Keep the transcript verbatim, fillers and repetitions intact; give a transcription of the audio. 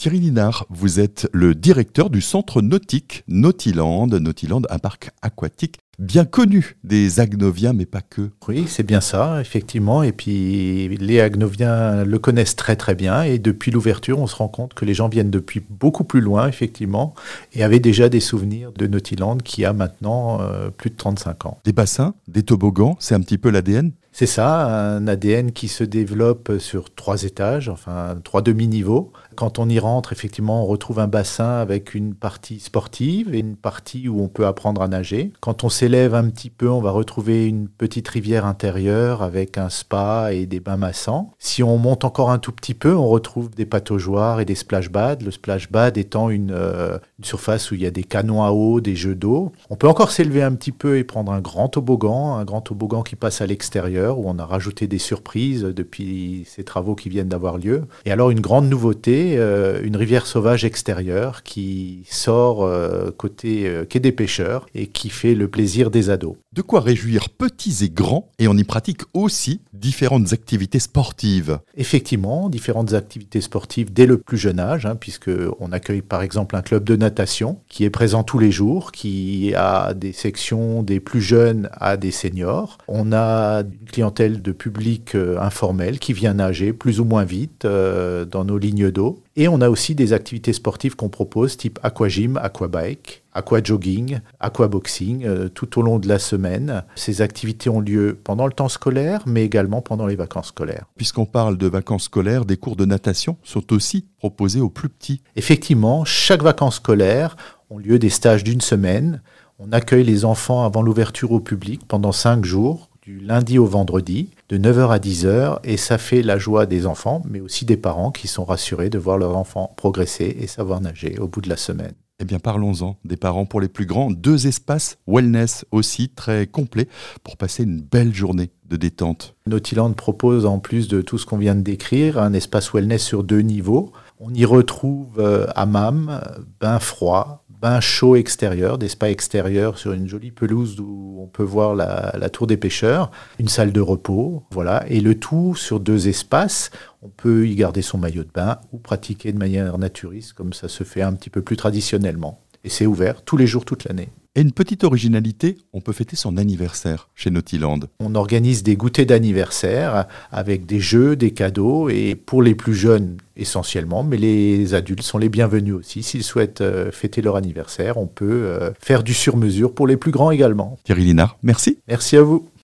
Thierry Linard, vous êtes le directeur du centre nautique Nautiland. Nautiland, un parc aquatique bien connu des Agnoviens, mais pas que. Oui, c'est bien ça, effectivement. Et puis, les Agnoviens le connaissent très très bien. Et depuis l'ouverture, on se rend compte que les gens viennent depuis beaucoup plus loin, effectivement, et avaient déjà des souvenirs de Nautiland qui a maintenant euh, plus de trente-cinq ans. Des bassins, des toboggans, c'est un petit peu l'A D N ? C'est ça, un A D N qui se développe sur trois étages, enfin trois demi-niveaux. Quand on y rentre, effectivement, on retrouve un bassin avec une partie sportive et une partie où on peut apprendre à nager. Quand on s'élève un petit peu, on va retrouver une petite rivière intérieure avec un spa et des bains massants. Si on monte encore un tout petit peu, on retrouve des pataugeoires et des splash bads. Le splash bad étant une, euh, une surface où il y a des canons à eau, des jeux d'eau. On peut encore s'élever un petit peu et prendre un grand toboggan, un grand toboggan qui passe à l'extérieur, où on a rajouté des surprises depuis ces travaux qui viennent d'avoir lieu. Et alors une grande nouveauté, euh, une rivière sauvage extérieure qui sort euh, côté euh, quai des pêcheurs et qui fait le plaisir des ados. De quoi réjouir petits et grands, et on y pratique aussi différentes activités sportives. Effectivement, différentes activités sportives dès le plus jeune âge, hein, puisqu'on accueille par exemple un club de natation qui est présent tous les jours, qui a des sections des plus jeunes à des seniors. On a une clientèle de public euh, informel qui vient nager plus ou moins vite euh, dans nos lignes d'eau. Et on a aussi des activités sportives qu'on propose, type aquagym, aquabike, aquajogging, aquaboxing, euh, tout au long de la semaine. Ces activités ont lieu pendant le temps scolaire, mais également pendant les vacances scolaires. Puisqu'on parle de vacances scolaires, des cours de natation sont aussi proposés aux plus petits. Effectivement, chaque vacances scolaires ont lieu des stages d'une semaine. On accueille les enfants avant l'ouverture au public pendant cinq jours, du lundi au vendredi, de neuf heures à dix heures, et ça fait la joie des enfants, mais aussi des parents qui sont rassurés de voir leur enfant progresser et savoir nager au bout de la semaine. Eh bien, parlons-en des parents pour les plus grands. Deux espaces wellness aussi très complets pour passer une belle journée de détente. Nautiland propose, en plus de tout ce qu'on vient de décrire, un espace wellness sur deux niveaux. On y retrouve euh, hammam, bain froid, bain chaud extérieur, des spas extérieurs sur une jolie pelouse où on peut voir la, la tour des pêcheurs, une salle de repos, voilà, et le tout sur deux espaces. On peut y garder son maillot de bain ou pratiquer de manière naturiste, comme ça se fait un petit peu plus traditionnellement. Et c'est ouvert tous les jours, toute l'année. Et une petite originalité, on peut fêter son anniversaire chez Nautiland. On organise des goûters d'anniversaire avec des jeux, des cadeaux, et pour les plus jeunes essentiellement, mais les adultes sont les bienvenus aussi. S'ils souhaitent euh, fêter leur anniversaire, on peut euh, faire du sur-mesure pour les plus grands également. Thierry Linard, merci. Merci à vous.